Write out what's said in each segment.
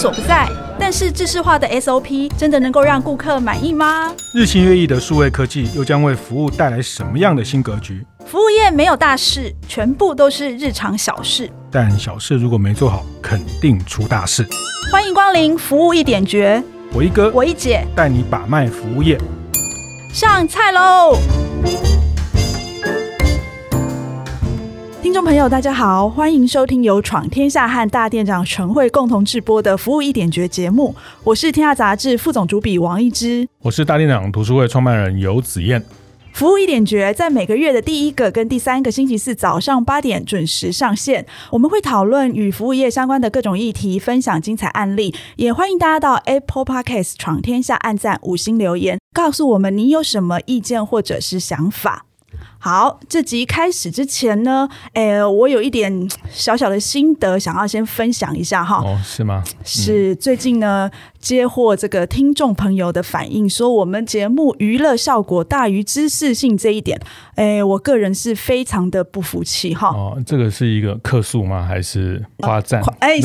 所不在，但是制式化的 SOP 真的能够让顾客满意吗？ 日新月异的数位科技又将为服务带来什么样的新格局？ 服务业没有大事，全部都是日常小事， 但小事如果没做好，肯定出大事。 欢迎光临服务一点绝， 我一哥， 我一姐， 带你把脉服务业。 上菜喽！听众朋友大家好，欢迎收听由闯天下和大店长陈慧共同制播的服务一点绝节目，我是天下杂志副总主笔王一之， 我是大店长读书会创办人游子燕。 服务一点绝在每个月的第一个跟第三个星期四早上8点准时上线，我们会讨论与服务业相关的各种议题，分享精彩案例，也欢迎大家到 Apple Podcast 闯天下按赞5星留言，告诉我们你有什么意见或者是想法。好，这集开始之前呢，我有一点小小的心得想要先分享一下哈。 哦，是吗？ 是最近呢接获这个听众朋友的反映，说我们节目娱乐效果大于知识性这一点，我个人是非常的不服气哈。 哦，这个是一个客诉吗？还是夸赞？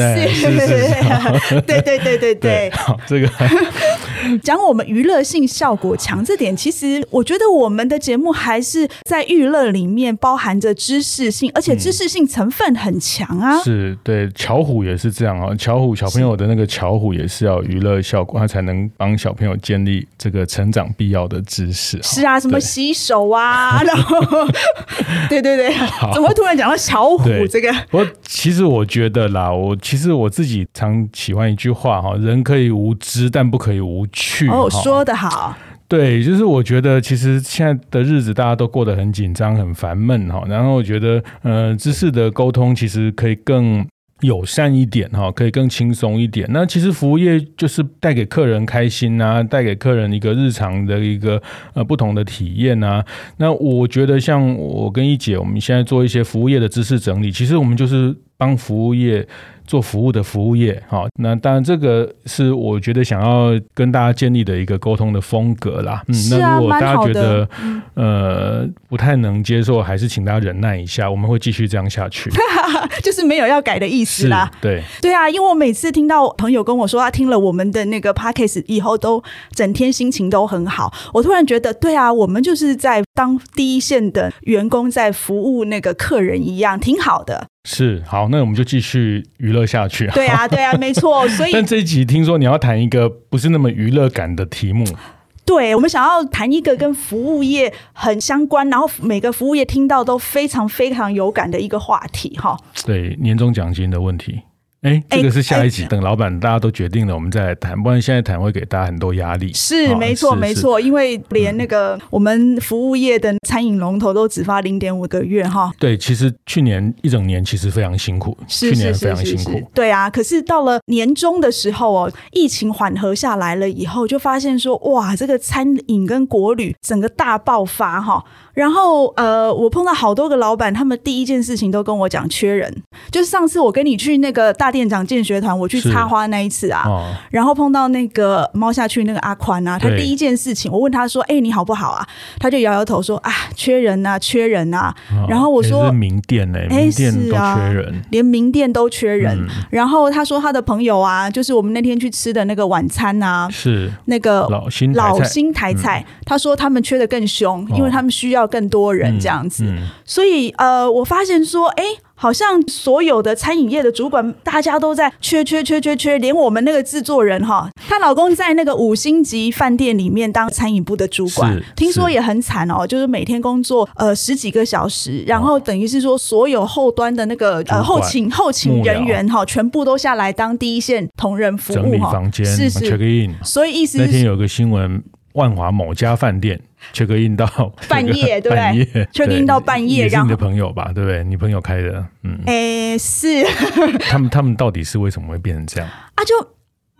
是，对， 好，这个讲我们娱乐性效果强这点，其实我觉得我们的节目还是在娱乐里面包含着知识性，而且知识性成分很强啊。 是，对，巧虎也是这样啊。巧虎小朋友的那个巧虎也是要娱乐效果，它才能帮小朋友建立这个成长必要的知识。 是啊，什么洗手啊，然后对，怎么会突然讲到巧虎这个？ 不过其实我觉得啦，其实我自己常喜欢一句话哈，人可以无知，但不可以无趣。 哦，说得好。 对，就是我觉得其实现在的日子大家都过得很紧张很烦闷哈，然后我觉得知识的沟通其实可以更友善一点哈，可以更轻松一点。那其实服务业就是带给客人开心啊，带给客人一个日常的一个不同的体验啊。那我觉得像我跟一姐，我们现在做一些服务业的知识整理，其实我们就是帮服务业做服务的服务业，那当然这个是我觉得想要跟大家建立的一个沟通的风格啦。那如果大家觉得不太能接受，还是请大家忍耐一下，我们会继续这样下去。 就是没有要改的意思啦。 对啊，因为我每次听到朋友跟我说他听了我们的那个 podcast 以后都整天心情都很好，我突然觉得对啊，我们就是在当第一线的员工，在服务那个客人一样，挺好的。 是，好，那我们就继续娱乐下去。 对啊，没错。所以， 但这一集听说你要谈一个不是那么娱乐感的题目。 对，我们想要谈一个跟服务业很相关，然后每个服务业听到都非常非常有感的一个话题哈。 对，年终奖金的问题。这个是下一集，等老板大家都决定了我们再来谈，不然现在谈会给大家很多压力。 是，没错，因为连那个我们服务业的餐饮龙头都只发 0.5 个月哈。 对，其实去年一整年其实非常辛苦，去年非常辛苦。 对啊，可是到了年终的时候疫情缓和下来了以后，就发现说哇，这个餐饮跟国旅整个大爆发哈。然后我碰到好多个老板，他们第一件事情都跟我讲缺人，就是上次我跟你去那个大店长建学团，我去插花那一次啊，然后碰到那个猫下去那个阿宽啊，他第一件事情我问他说你好不好啊，他就摇摇头说啊缺人啊，然后我说是名店名店都缺人， 连名店都缺人。然后他说他的朋友啊，就是我们那天去吃的那个晚餐啊，是那个老新台菜，他说他们缺的更凶，因为他们需要更多人这样子。所以我发现说好像所有的餐饮业的主管大家都在缺，连我们那个制作人她老公在那个5星级饭店里面当餐饮部的主管，听说也很惨就是每天工作10几个小时，然后等于是说所有后端的那个后勤人员全部都下来当第一线同仁服务， 整理房间， 是 check in。 所以意思是那天有个新闻，万华某家饭店check in 到半夜，对不对？check in 到半夜， 也是你的朋友吧？对不对？你朋友开的， 是。 他们到底是为什么会变成这样？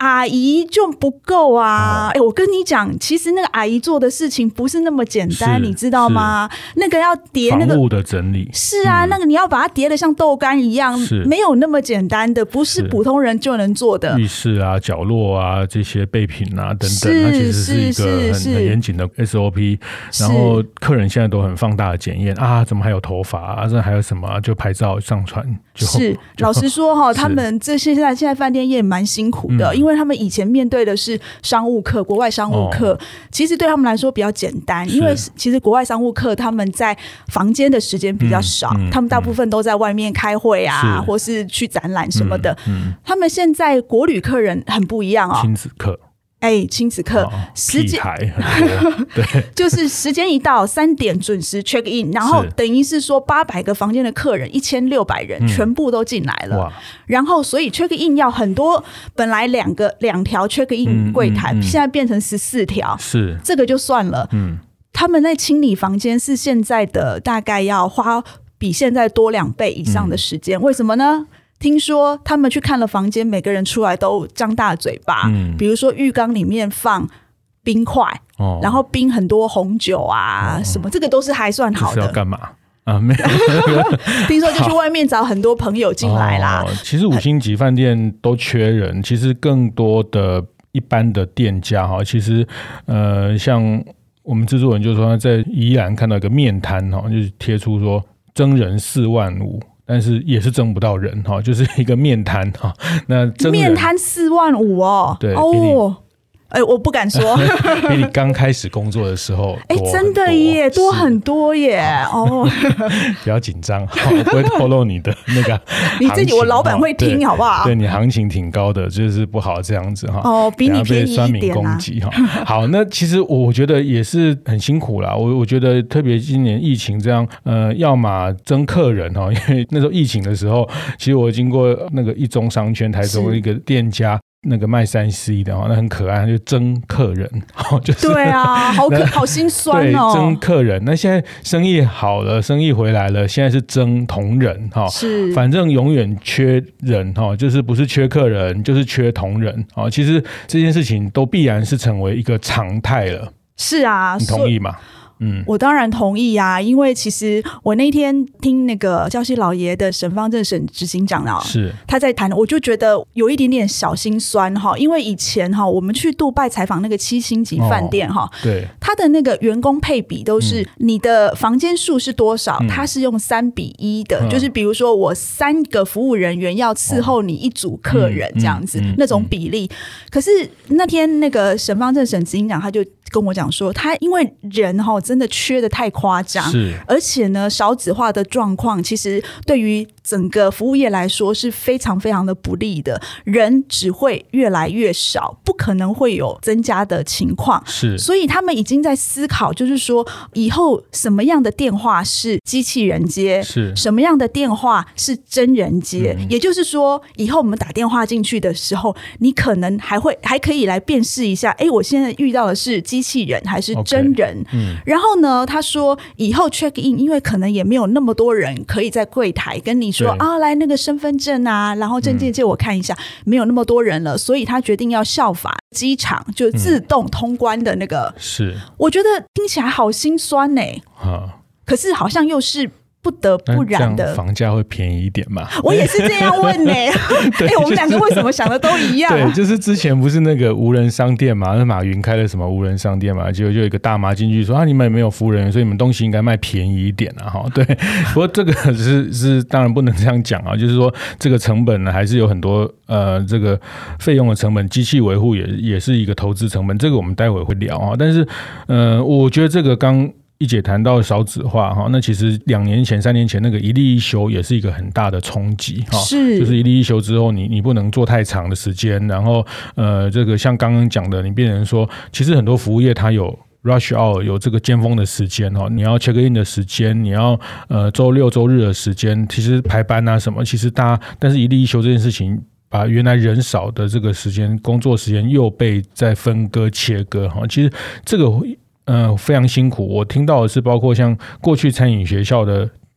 阿姨就不够啊！我跟你讲，其实那个阿姨做的事情不是那么简单，你知道吗？那个要叠那个房屋的整理， 是啊，那个你要把它叠得像豆干一样，没有那么简单的，不是普通人就能做的。 浴室啊、角落啊这些备品啊等等，它其实是一个很严谨的 SOP。然后客人现在都很放大的检验啊，怎么还有头发啊？这还有什么啊？就拍照上传。 是，老实说他们这些现在饭店业蛮辛苦的，因为他们以前面对的是商务客，国外商务客，其实对他们来说比较简单，因为其实国外商务客他们在房间的时间比较少，他们大部分都在外面开会啊，或是去展览什么的。他们现在国旅客人很不一样亲子客。 亲子客时间对， 就是时间一到3点准时 check in， 然后等于是说800个房间的客人1600人全部都进来了，然后所以 check in 要很多，本来2条 check in 柜台，现在变成14条， 是这个就算了。他们在清理房间是现在的大概要花比现在多2倍以上的时间，为什么呢？听说他们去看了房间，每个人出来都张大嘴巴，比如说浴缸里面放冰块，然后冰很多红酒啊，什么这个都是还算好的。 这是要干嘛啊？没有听说就去外面找很多朋友进来啦。 其实5星级饭店都缺人，其实更多的一般的店家其实像我们制作人就说他在宜兰看到一个面摊就是贴出说征人4万5。但是也是征不到人就是一个面摊那面摊4万5 对我不敢说比你刚开始工作的时候真的耶，多很多耶不要紧张，我不会透露你的那个你自己，我老板会听好不好？ 对，你行情挺高的，就是不好这样子比你便宜一点被酸民攻击好，那其实我觉得也是很辛苦啦，我觉得特别今年疫情这样要么征客人因为那时候疫情的时候，其实我经过那个一中商圈台中的一个店家，那个卖3C 的那很可爱，就征客人就是对啊，好心酸对，征客人。那现在生意好了，生意回来了，现在是征同仁是， 反正永远缺人就是不是缺客人就是缺同仁其实这件事情都必然是成为一个常态了。 是啊， 你同意吗？ 我当然同意啊，因为其实我那天听那个礁溪老爷的沈方正沈执行长是他在谈，我就觉得有一点点小心酸因为以前我们去杜拜采访那个7星级饭店对， 他的那个员工配比都是你的房间数是多少，他是用3:1的，就是比如说我3个服务人员要伺候你1组客人这样子那种比例。可是那天那个沈方正沈执行长他就跟我讲说，他因为人真的缺得太夸张，而且呢少子化的状况其实对于整个服务业来说是非常非常的不利的，人只会越来越少，不可能会有增加的情况，所以他们已经在思考，就是说以后什么样的电话是机器人接，什么样的电话是真人接，也就是说以后我们打电话进去的时候，你可能还可以来辨识一下，我现在遇到的是机器人还是真人，然后呢他说以后 check in 因为可能也没有那么多人可以在柜台跟你说来那个身份证啊，然后证件借我看一下，没有那么多人了，所以他决定要效法机场就自动通关的那个，我觉得听起来好心酸可是好像又是不得不然的， 房价会便宜一点嘛？ 我也是这样问我们两个为什么想的都一样？ 对，就是之前不是那个无人商店嘛，那马云开了什么无人商店嘛，结果就有一个大妈进去说你们也没有服务人员，所以你们东西应该卖便宜一点对，不过这个是当然不能这样讲就是说这个成本呢还是有很多这个费用的成本，机器维护也是一个投资成本，这个我们待会会聊但是我觉得这个刚一姐谈到少子化那其实2年前3年前那个一例一休也是一个很大的冲击就是一例一休之后你不能做太长的时间，然后这个像刚刚讲的，你变成说其实很多服务业它有 rush hour 有这个尖峰的时间你要 check in 的时间，你要周六周日的时间，其实排班啊什么，其实但是一例一休这件事情把原来人少的这个时间工作时间又被再分割切割其实这个非常辛苦。我听到的是包括像过去餐饮学校的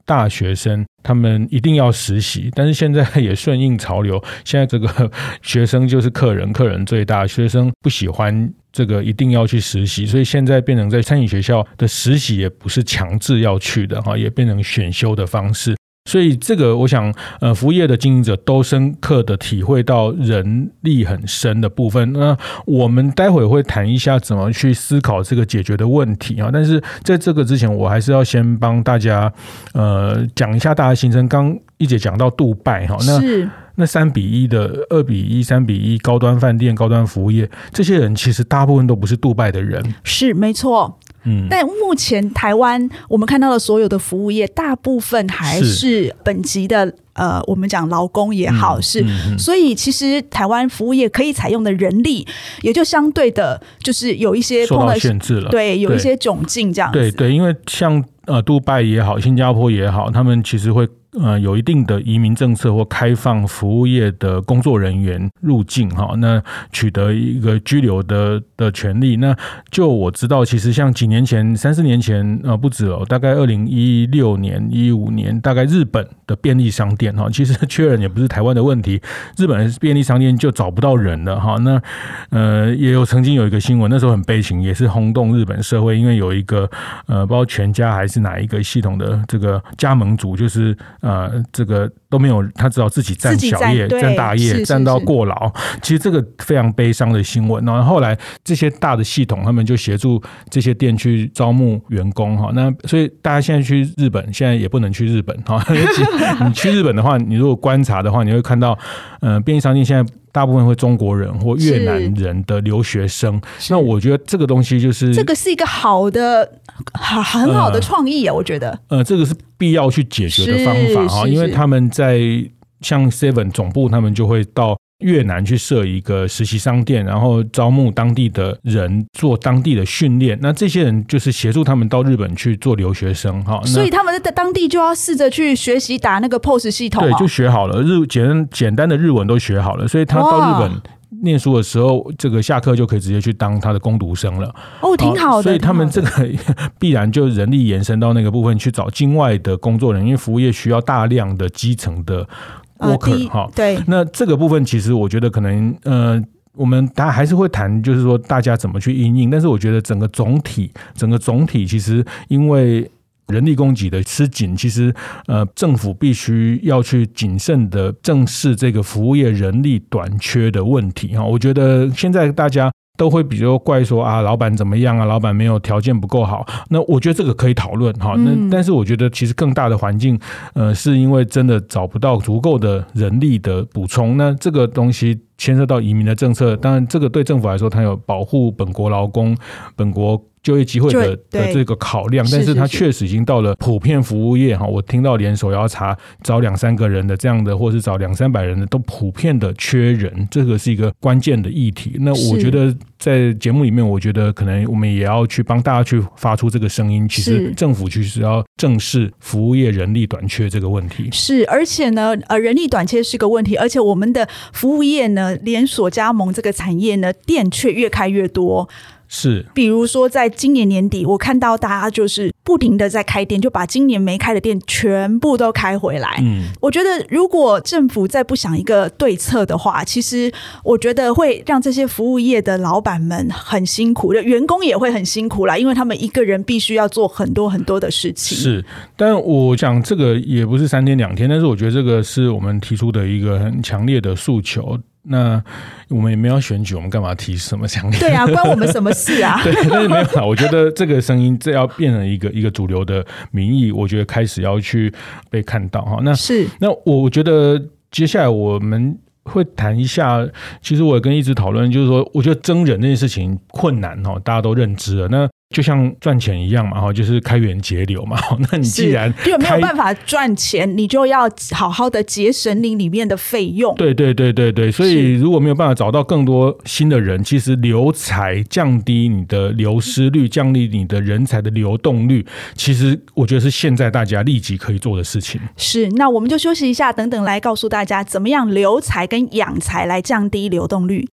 大学生他们一定要实习，但是现在也顺应潮流，现在这个学生就是客人，客人最大，学生不喜欢这个一定要去实习，所以现在变成在餐饮学校的实习也不是强制要去的，也变成选修的方式。所以这个我想服务业的经营者都深刻的体会到人力很深的部分。那我们待会会谈一下怎么去思考这个解决的问题，但是在这个之前我还是要先帮大家讲一下大家心声。刚一姐讲到杜拜，那3:1的2:1 3:1高端饭店高端服务业，这些人其实大部分都不是杜拜的人， 是没错。但目前台湾我们看到的所有的服务业大部分还是本籍的我们讲劳工也好，所以其实台湾服务业可以采用的人力也就相对的就是有一些受到限制了， 对，有一些窘境这样子。 对，因为像杜拜也好新加坡也好，他们其实会有一定的移民政策或开放服务业的工作人员入境，那取得一个居留的权利。那就我知道其实像几年前3-4年前不止了，大概2016年15年大概日本的便利商店其实缺人也不是台湾的问题，日本的便利商店就找不到人了。那也有曾经有一个新闻，那时候很悲情，也是轰动日本社会，因为有一个不知道全家还是哪一个系统的这个加盟主，就是这个都没有，他只好自己站小业站大业站到过劳。其实这个非常悲伤的新闻。然后后来这些大的系统他们就协助这些店去招募员工，那所以大家现在去日本现在也不能去日本。你去日本的话，你如果观察的话，你会看到便利商店现在大部分会中国人或越南人的留学生。那我觉得这个东西就是这个是一个好的很好的创意我觉得这个是必要去解决的方法，因为他们在像 Seven 总部，他们就会到越南去设一个实习商店，然后招募当地的人做当地的训练。那这些人就是协助他们到日本去做留学生， 所以他们在当地就要试着去学习打那个 POS 系统， 对，就学好了，简单的日文都学好了，所以他到日本念书的时候，这个下课就可以直接去当他的工读生了。 挺好的。 所以他们这个必然就人力延伸到那个部分去找境外的工作人员，因为服务业需要大量的基层的worker。 对， 那这个部分其实我觉得可能我们大家还是会谈，就是说大家怎么去因应，但是我觉得整个总体其实因为人力供给的吃紧，其实政府必须要去谨慎的正视这个服务业人力短缺的问题。我觉得现在大家都会比较怪说老板怎么样老板没有条件不够好，那我觉得这个可以讨论但是我觉得其实更大的环境是因为真的找不到足够的人力的补充，那这个东西牵涉到移民的政策，当然这个对政府来说它有保护本国劳工本国就业机会的这个考量，但是它确实已经到了普遍服务业，我听到连手摇茶找2-3个人的这样的，或是找200-300人的都普遍的缺人，这个是一个关键的议题。那我觉得在节目里面，我觉得可能我们也要去帮大家去发出这个声音，其实政府其实要正视服务业人力短缺这个问题。 是，而且呢人力短缺是个问题，而且我们的服务业呢连锁加盟这个产业呢店却越开越多。 是， 比如说在今年年底，我看到大家就是不停的在开店，就把今年没开的店全部都开回来。我觉得如果政府再不想一个对策的话，其实我觉得会让这些服务业的老板们很辛苦，员工也会很辛苦啦，因为他们一个人必须要做很多很多的事情。 是，但我讲这个也不是3天2天，但是我觉得这个是我们提出的一个很强烈的诉求。那我们也没有选举，我们干嘛提什么强烈？ 对啊，关我们什么事啊？ 对，但是没有啦，我觉得这个声音这要变成一个主流的民意，我觉得开始要去被看到哈。那我觉得接下来我们会谈一下，其实我也跟一直讨论，就是说，我觉得征人这件事情困难哈，大家都认知了。那就像赚钱一样嘛，就是开源节流嘛。那你既然就没有办法赚钱，你就要好好的节省你里面的费用。 对，所以如果没有办法找到更多新的人，其实留才降低你的流失率，降低你的人才的流动率，其实我觉得是现在大家立即可以做的事情。 是，那我们就休息一下，等等来告诉大家怎么样留才跟养才来降低流动率。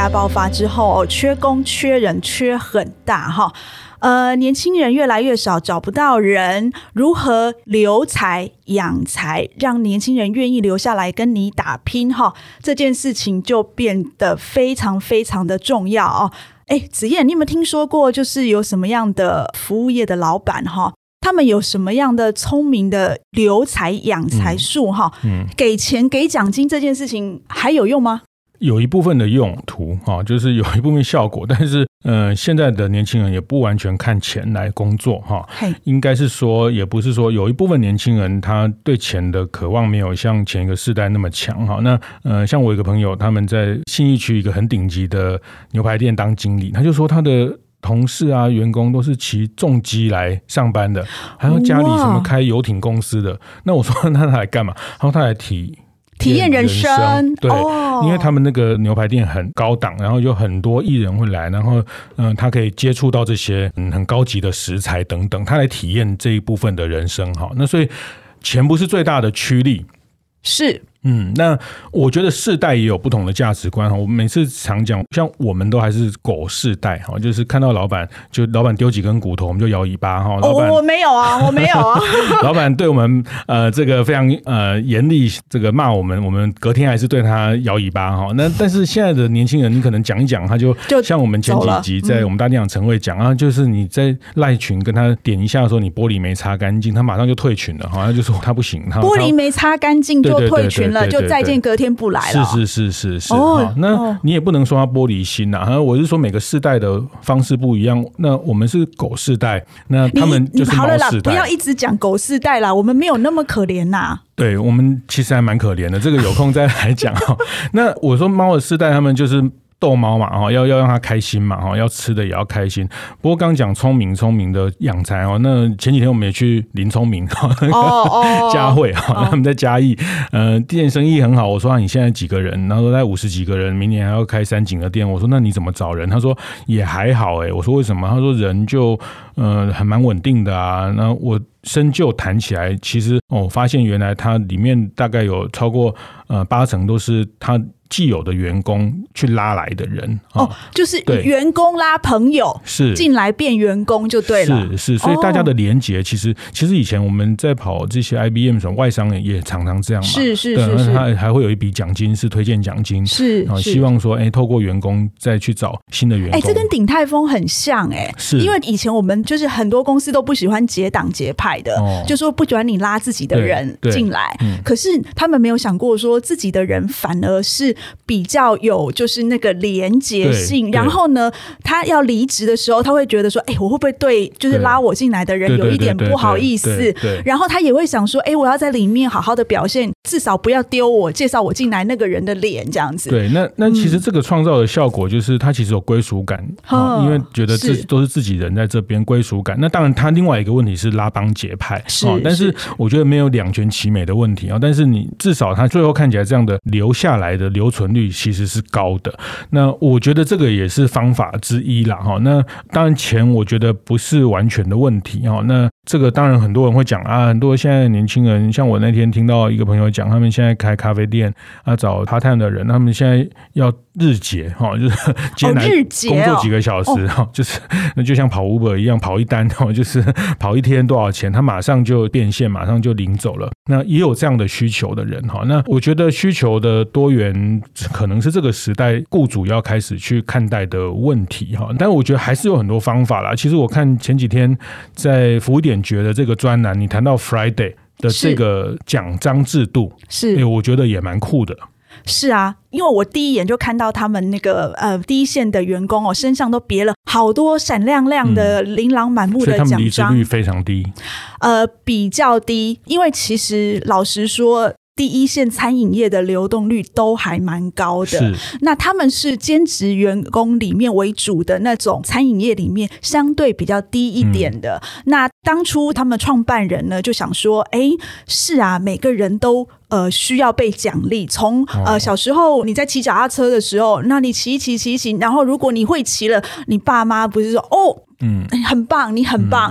大爆发之后，缺工缺人缺很大哈。年轻人越来越少，找不到人，如何留才养才，让年轻人愿意留下来跟你打拼哈？这件事情就变得非常非常的重要哦。子燕，你有没有听说过，就是有什么样的服务业的老板哈？他们有什么样的聪明的留才养才术哈？给钱给奖金这件事情还有用吗？ 有一部分的用途就是有一部分效果，但是现在的年轻人也不完全看钱来工作应该是说，也不是说有一部分年轻人他对钱的渴望没有像前一个世代那么强那像我有一个朋友，他们在信义区一个很顶级的牛排店当经理，他就说他的同事啊员工都是骑重机来上班的，还有家里什么开游艇公司的。那我说那他来干嘛？他说他来体验人生，对因为他们那个牛排店很高档，然后有很多艺人会来，然后他可以接触到这些很高级的食材等等，他来体验这一部分的人生那所以钱不是最大的驱力， 是那我觉得世代也有不同的价值观我们每次常讲，像我们都还是狗世代就是看到老板丢几根骨头我们就摇尾巴老板我没有啊，我没有啊老板对我们这个非常严厉，这个骂我们隔天还是对他摇尾巴那但是现在的年轻人，你可能讲一讲他就像我们前几集在我们大店长陈慧讲就是你在赖群跟他点一下说你玻璃没擦干净，他马上就退群了他就说他不行， 玻璃没擦干净就退群了，就再见隔天不来了。 是那你也不能说他玻璃心我是说每个世代的方式不一样。那我们是狗世代，那他们就是猫世代。好了啦， 不要一直讲狗世代啦，我们没有那么可怜呐。 对，我们其实还蛮可怜的，这个有空再来讲那我说猫的世代，他们就是逗猫嘛要让它开心嘛要吃的也要开心。不过刚讲聪明的养才那前几天我们也去林聪明嘉惠他们在嘉义店生意很好。我说你现在几个人？然后说在50几个人，明年还要开3井的店。我说那你怎么找人？他说也还好我说为什么？他说人就很蛮稳定的啊。那我深究谈起来，其实发现原来它里面大概有超过80%都是他既有的员工去拉来的人就是员工拉朋友是进来变员工就对了， 是所以大家的连结其实以前我们在跑这些 IBM 什么外商也常常这样嘛， 是他还会有一笔奖金是推荐奖金， 是希望说透过员工再去找新的员工。 这跟鼎泰丰很像是因为以前我们就是很多公司都不喜欢结党结派的就说不喜欢你拉自己的人进来可是他们没有想过说自己的人反而是比较有就是那个连结性，然后呢他要离职的时候他会觉得说我会不会对就是拉我进来的人有一点不好意思，然后他也会想说我要在里面好好的表现，至少不要丢我介绍我进来那个人的脸这样子。 对，那其实这个创造的效果就是他其实有归属感因为觉得都是自己人在这边归属感。那当然他另外一个问题是拉帮结派但是我觉得没有两全其美的问题但是你至少他最后看起来这样的留下来的留存率其实是高的。那我觉得这个也是方法之一啦那当然钱我觉得不是完全的问题那这个当然很多人会讲很多现在的年轻人，像我那天听到一个朋友讲，他们现在开咖啡店找part time的人，他们现在要日结就是今天来工作几个小时就是就像跑 Uber 一样，跑一单就是跑一天多少钱，他马上就变现，马上就领走了。那也有这样的需求的人那我觉得需求的多元可能是这个时代雇主要开始去看待的问题但我觉得还是有很多方法啦。其实我看前几天在服务点觉的这个专栏，你谈到 Friday 的这个奖章制度是我觉得也蛮酷的。 是啊，因为我第一眼就看到他们那个第一线的员工身上都别了好多闪亮亮的琳琅满目的奖章， 所以他们离职率非常低比较低，因为其实老实说第一线餐饮业的流动率都还蛮高的，那他们是兼职员工里面为主的那种餐饮业里面相对比较低一点的那当初他们创办人呢就想说是啊，每个人都需要被奖励。从小时候你在骑脚踏车的时候，那你骑，然后如果你会骑了，你爸妈不是说很棒，你很棒就是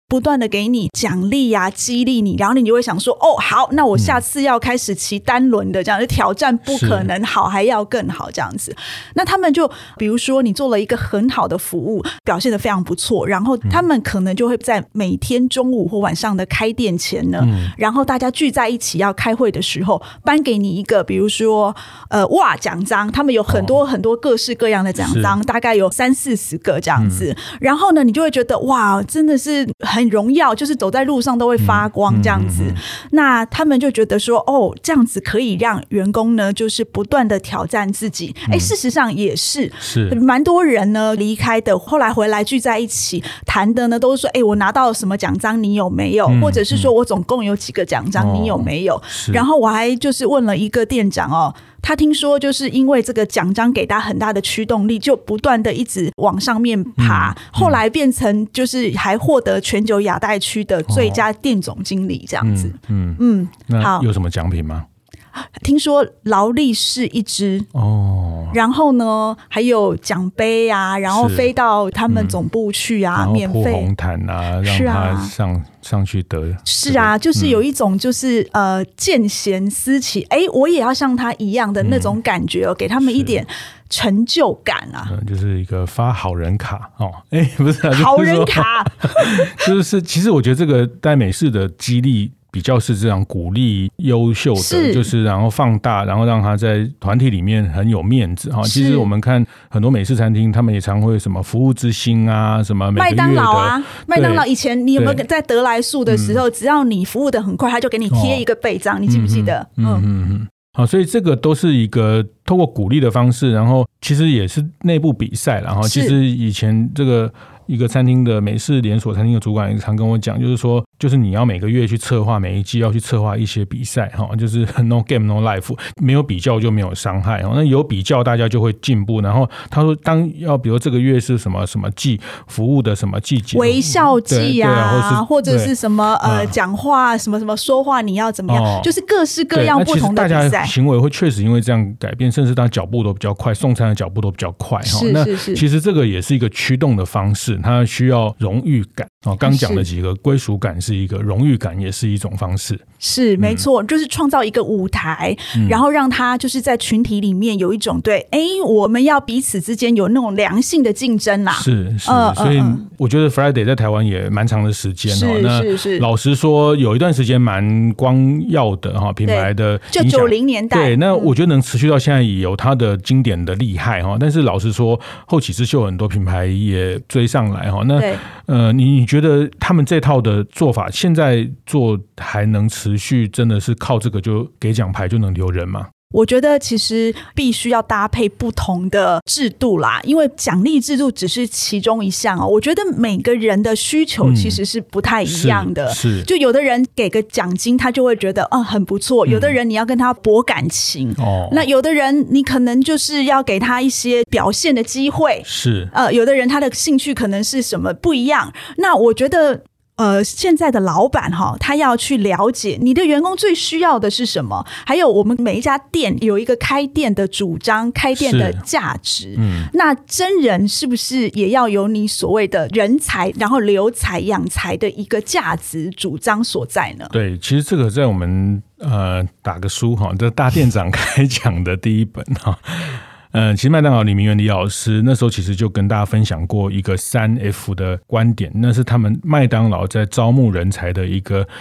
不断的给你奖励啊，激励你，然后你就会想说，哦，好，那我下次要开始骑单轮的，这样就挑战不可能好，还要更好这样子。那他们就比如说你做了一个很好的服务，表现得非常不错，然后他们可能就会在每天中午或晚上的开店前呢，然后大家聚在一起要开会的时候，颁给你一个比如说哇奖章，他们有很多很多各式各样的奖章，大概有30-40个这样子，然后呢你就会觉得哇真的是很荣耀，就是走在路上都会发光这样子。那他们就觉得说哦这样子可以让员工呢就是不断的挑战自己。事实上也是蛮多人呢离开的，后来回来聚在一起谈的呢都是说我拿到什么奖章你有没有，或者是说我总共有几个奖章你有没有。然后我还就是问了一个店长他听说就是因为这个奖章给他很大的驱动力，就不断的一直往上面爬，后来变成就是还获得全球亚太区的最佳店总经理这样子。 那有什么奖品吗？ 听说劳力士一只然后呢还有奖杯啊，然后飞到他们总部去啊，免费铺红毯啊，让他上去得。 是啊，就是有一种就是见贤思齐，我也要像他一样的那种感觉给他们一点成就感啊。 就是一个发好人卡不是好人卡就是其实我觉得这个在美式的激励比较是这样鼓励优秀的，就是然后放大，然后让他在团体里面很有面子。其实我们看很多美式餐厅，他们也常会什么服务之星啊，什么每个月的麦当劳啊，麦当劳以前你有没有在得来速的时候，只要你服务的很快，他就给你贴一个背章，你记不记得？ 好，所以这个都是一个透过鼓励的方式，然后其实也是内部比赛，然后其实以前这个一个餐厅的美式连锁餐厅的主管也常跟我讲，就是说就是你要每个月去策划，每一季要去策划一些比赛，就是 no game no life， 没有比较就没有伤害，那有比较大家就会进步。然后他说当要比如这个月是什么什么季服务的什么季节， 微笑季啊，或者是什么讲话什么什么说话你要怎么样，就是各式各样不同的比赛。 大家行为会确实因为这样改变，甚至他脚步都比较快，送餐的脚步都比较快。那其实这个也是一个驱动的方式，它需要荣誉感。刚讲的几个归属感是一个，荣誉感也是一种方式。 是没错，就是创造一个舞台，然后让他就是在群体里面有一种对我们要彼此之间有那种良性的竞争啦。 是所以我觉得 Friday 在台湾也蛮长的时间是老实说有一段时间蛮光耀的品牌的就90年代。 对，那我觉得能持续到现在也有它的经典的厉害但是老实说后起之秀很多品牌也追上来那你觉得他们这套的做法现在做还能持续，真的是靠这个就给奖牌就能留人吗？ 我觉得其实必须要搭配不同的制度啦，因为奖励制度只是其中一项我觉得每个人的需求其实是不太一样的。就有的人给个奖金他就会觉得很不错，有的人你要跟他博感情那有的人你可能就是要给他一些表现的机会，有的人他的兴趣可能是什么不一样。那我觉得现在的老板他要去了解你的员工最需要的是什么，还有我们每一家店有一个开店的主张，开店的价值。那真人是不是也要有你所谓的人才，然后留才养才的一个价值主张所在呢？ 对，其实这个在我们打个书这大店长开讲的第一本其实麦当劳李明源李老师那时候其实就跟大家分享过一个3F 的观点，那是他们麦当劳在招募人才的一个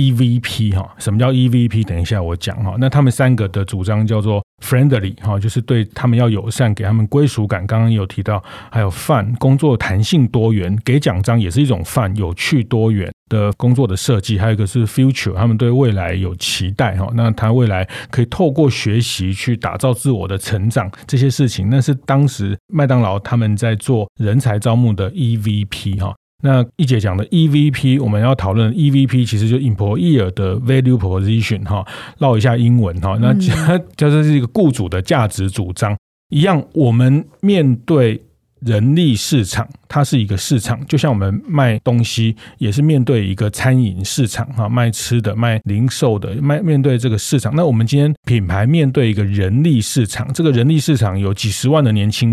EVP 什么叫 EVP 等一下我讲那他们3个的主张叫做 friendly 就是对他们要友善，给他们归属感，刚刚有提到，还有 fun 工作弹性多元，给奖章也是一种 fun 有趣多元的工作的设计，还有一个是 future 他们对未来有期待那他未来可以透过学习去打造自我的成长，这些事情那是当时麦当劳他们在做人才招募的 EVP 那一姐讲的 EVP 我们要讨论 EVP 其实就 Employer 的 Value Proposition 绕一下英文那就是一个雇主的价值主张一样，我们面对人力市场，它是一个市场，就像我们卖东西也是面对一个餐饮市场卖吃的卖零售的面对这个市场，那我们今天品牌面对一个人力市场，这个人力市场有几十万的年轻人，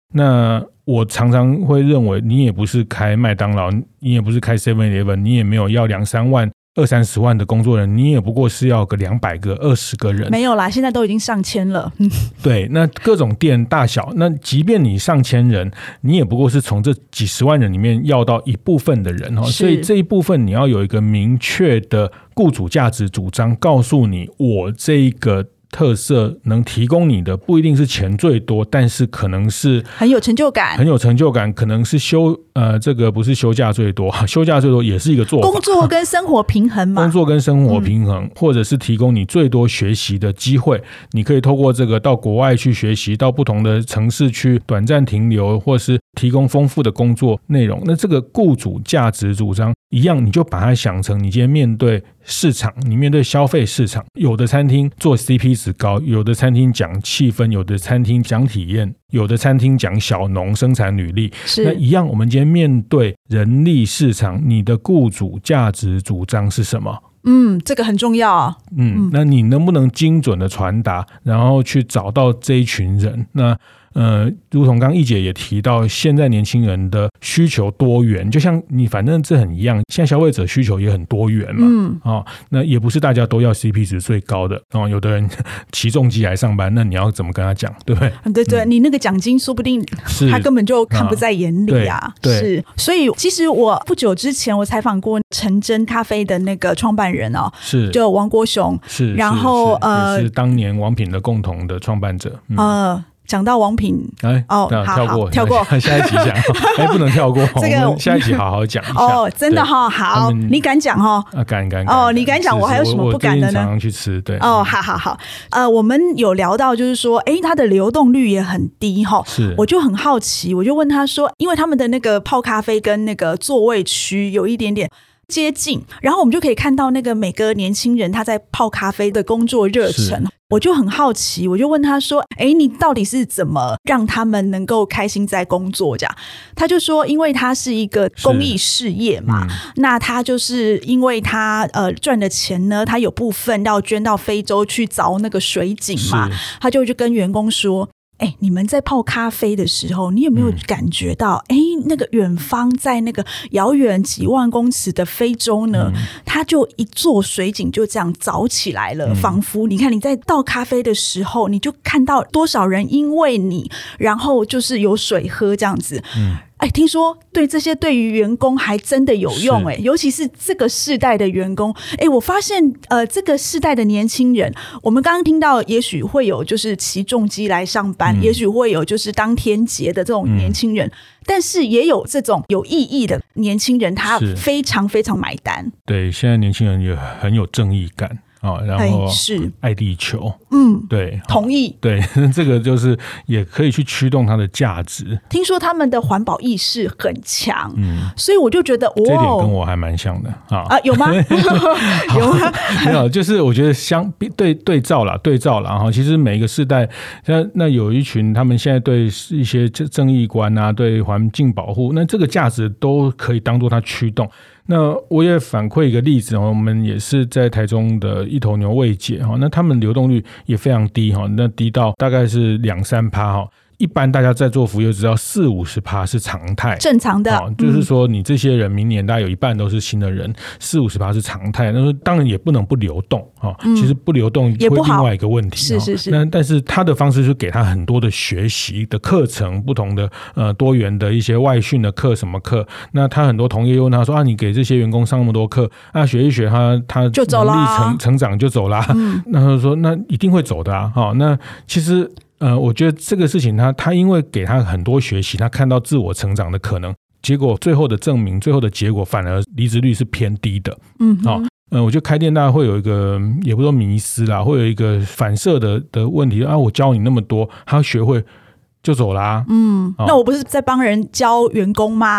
那我常常会认为，你也不是开麦当劳，你也不是开 7-Eleven， 你也没有要2-3万、20-30万的工作人，你也不过是要个200个、20个人。 没有啦，现在都已经上千了。 对，那各种店大小，那即便你上千人，你也不过是从这几十万人里面要到一部分的人，所以这一部分你要有一个明确的雇主价值主张，告诉你我这一个特色能提供你的不一定是钱最多，但是可能是很有成就感， 可能是这个不是休假最多，休假最多也是一个做法， 工作跟生活平衡嘛， 或者是提供你最多学习的机会，你可以透过这个到国外去学习，到不同的城市去短暂停留，或是提供丰富的工作内容。那这个雇主价值主张一样，你就把它想成你今天面对市场，你面对消费市场，有的餐厅做 CP 值高，有的餐厅讲气氛，有的餐厅讲体验，有的餐厅讲小农生产履历。那一样，我们今天面对人力市场，你的雇主价值主张是什么？ 这个很重要。 那你能不能精准的传达，然后去找到这一群人？那如同刚刚易姐也提到，现在年轻人的需求多元，就像你反正这很一样，现在消费者需求也很多元嘛。那也不是大家都要 CP 值最高的有的人骑重机来上班，那你要怎么跟他讲，对不对？ 对，你那个奖金说不定他根本就看不在眼里啊。是，所以其实我不久之前我采访过陈真咖啡的那个创办人是就王国雄， 是， 然后也是当年王品的共同的创办者。 讲到王品，跳过， 下一集讲，不能跳过，这个我们下一集好好讲一下。 真的好，你敢讲敢你敢讲，我还有什么不敢的呢？ 我常常去吃，对。 好，我们有聊到就是说，它的流动率也很低是， 我就很好奇，我就问他说，因为他们的那个泡咖啡跟那个座位区有一点点接近，然后我们就可以看到那个每个年轻人他在泡咖啡的工作热忱。我就很好奇，我就问他说，你到底是怎么让他们能够开心在工作这样？他就说，因为他是一个公益事业嘛，那他就是因为他赚的钱呢，他有部分要捐到非洲去凿那个水井嘛，他就跟员工说，你们在泡咖啡的时候，你有没有感觉到那个远方在那个遥远几万公尺的非洲呢，它就一座水井就这样凿起来了，仿佛你看你在倒咖啡的时候，你就看到多少人因为你然后就是有水喝这样子。听说对于员工还真的有用尤其是这个世代的员工。我发现这个世代的年轻人，我们刚刚听到也许会有就是骑重机来上班，也许会有就是当天劫的这种年轻人，但是也有这种有意义的年轻人，他非常非常买单。 对，现在年轻人也很有正义感。然后是爱地球，对， 同意， 对，这个就是也可以去驱动它的价值。 听说他们的环保意识很强，所以我就觉得这点跟我还蛮像的有吗？有吗？ 没有，就是我觉得对照啦，其实每一个世代，那有一群他们现在对一些正义观啊，对环境保护，那这个价值都可以当作它驱动。那我也反馈一个例子，我们也是在台中的一头牛味姐，那他们流动率也非常低，那低到大概是2-3%。一般大家在做服务业知道40-50%是常态， 正常的， 就是说你这些人明年大概有一半都是新的人，40-50%是常态。那当然也不能不流动其实不流动会另外一个问题， 是。 但是他的方式是给他很多的学习的课程，不同的多元的一些外训的课，什么课？那他很多同业又问他说你给这些员工上那么多课学一学他就走了， 成长就走了。那他说那一定会走的那其实。我觉得这个事情他因为给他很多学习，他看到自我成长的可能，结果最后的证明，最后的结果反而离职率是偏低的。我觉得开店大概会有一个，也不说迷思啦，会有一个反射的问题我教你那么多，他学会就走啦。 那我不是在帮人教员工吗？ 对，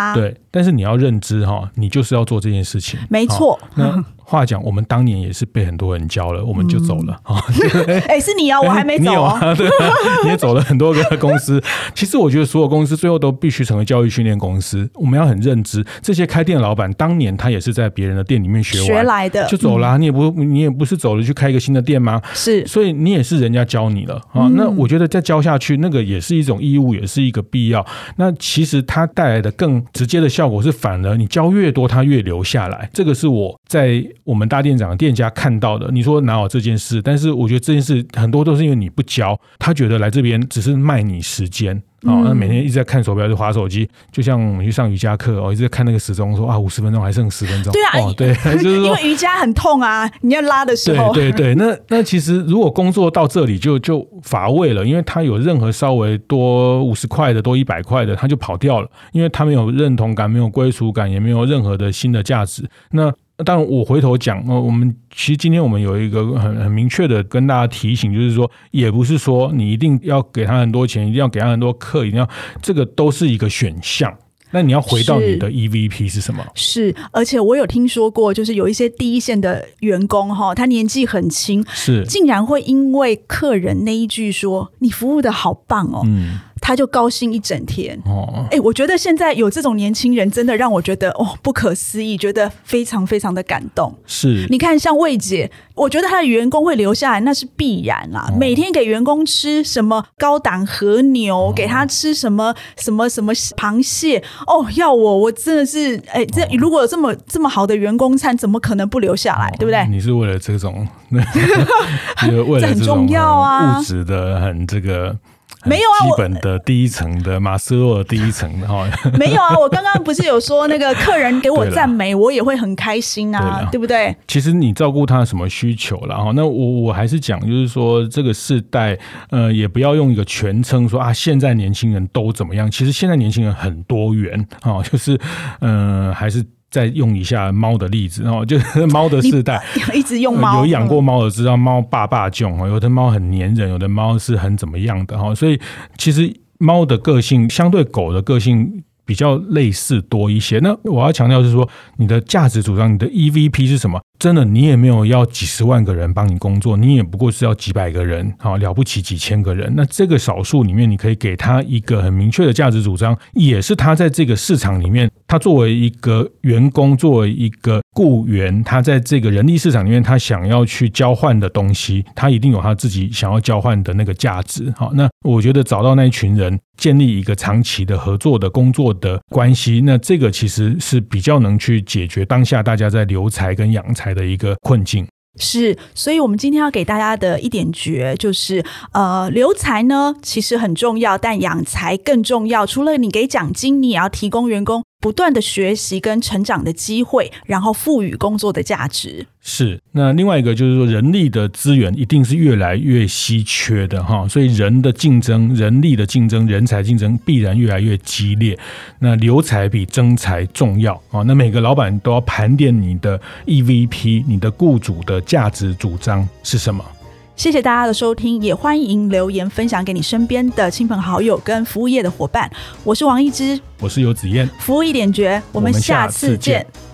但是你要认知你就是要做这件事情， 没错。 那话讲，我们当年也是被很多人教了，我们就走了。 是你啊，我还没走。 你有啊？对啊，你也走了很多个公司。其实我觉得所有公司最后都必须成为教育训练公司。我们要很认知，这些开店的老板当年他也是在别人的店里面学来的， 就走了。你也不是走了去开一个新的店吗？ 是， 所以你也是人家教你了啊。那我觉得再教下去，那个也是一种义务，也是一个必要。那其实它带来的更直接的效果是，反而你教越多，他越留下来。这个是我在我们大店长的店家看到的。你说哪有这件事？但是我觉得这件事很多都是因为你不教，他觉得来这边只是卖你时间。那每天一直在看手表，就滑手机，就像我们去上瑜伽课一直在看那个时钟，说50分钟还剩10分钟。 对啊， 对，就是说因为瑜伽很痛啊，你要拉的时候。 对，那其实如果工作到这里就乏味了，因为他有任何稍微多50块的、多100块的，他就跑掉了，因为他没有认同感、没有归属感，也没有任何的新的价值。那当然我回头讲，我们其实今天我们有一个很明确的跟大家提醒，就是说也不是说你一定要给他很多钱，一定要给他很多课，一定要，这个都是一个选项。那你要回到你的 EVP 是什么？ 是，而且我有听说过，就是有一些第一线的员工他年纪很轻， 是竟然会因为客人那一句说你服务的好棒哦，他就高兴一整天。我觉得现在有这种年轻人，真的让我觉得不可思议，觉得非常非常的感动。 是， 你看像魏姐，我觉得她的员工会留下来，那是必然啦。每天给员工吃什么高档和牛，给他吃什么什么什么螃蟹，要我真的是这如果有这么好的员工餐，怎么可能不留下来，对不对？ 你是为了这种为了这种物质的很这个。 没有啊， 基本的第一层的马斯洛的第一层没有啊，我刚刚不是有说那个客人给我赞美，我也会很开心啊， 对不对？ 其实你照顾他什么需求啦，那我还是讲，就是说这个世代也不要用一个全称说现在年轻人都怎么样，其实现在年轻人很多元就是还是再用一下猫的例子就是猫的世代一直用猫， 有养过猫的知道猫爸囧有的猫很黏人，有的猫是很怎么样的所以其实猫的个性相对狗的个性比较类似多一些。那我要强调是说，你的价值主张，你的 EVP 是什么？真的你也没有要几十万个人帮你工作，你也不过是要几百个人了不起几千个人。那这个少数里面，你可以给他一个很明确的价值主张，也是他在这个市场里面，他作为一个员工，作为一个雇员，他在这个人力市场里面，他想要去交换的东西，他一定有他自己想要交换的那个价值。那我觉得找到那一群人，建立一个长期的合作的工作的关系，那这个其实是比较能去解决当下大家在留才跟养才的一个困境。 是，所以我们今天要给大家的一点诀就是留才呢其实很重要，但养才更重要。除了你给奖金，你也要提供员工不断的学习跟成长的机会，然后赋予工作的价值。 是，那另外一个就是说，人力的资源一定是越来越稀缺的所以人的竞争、人力的竞争、人才竞争必然越来越激烈。那留才比征才重要那每个老板都要盘点你的 EVP， 你的雇主的价值主张是什么。 谢谢大家的收听，也欢迎留言分享给你身边的亲朋好友跟服务业的伙伴。我是王一之， 我是游子燕， 服务一点诀，我们下次见。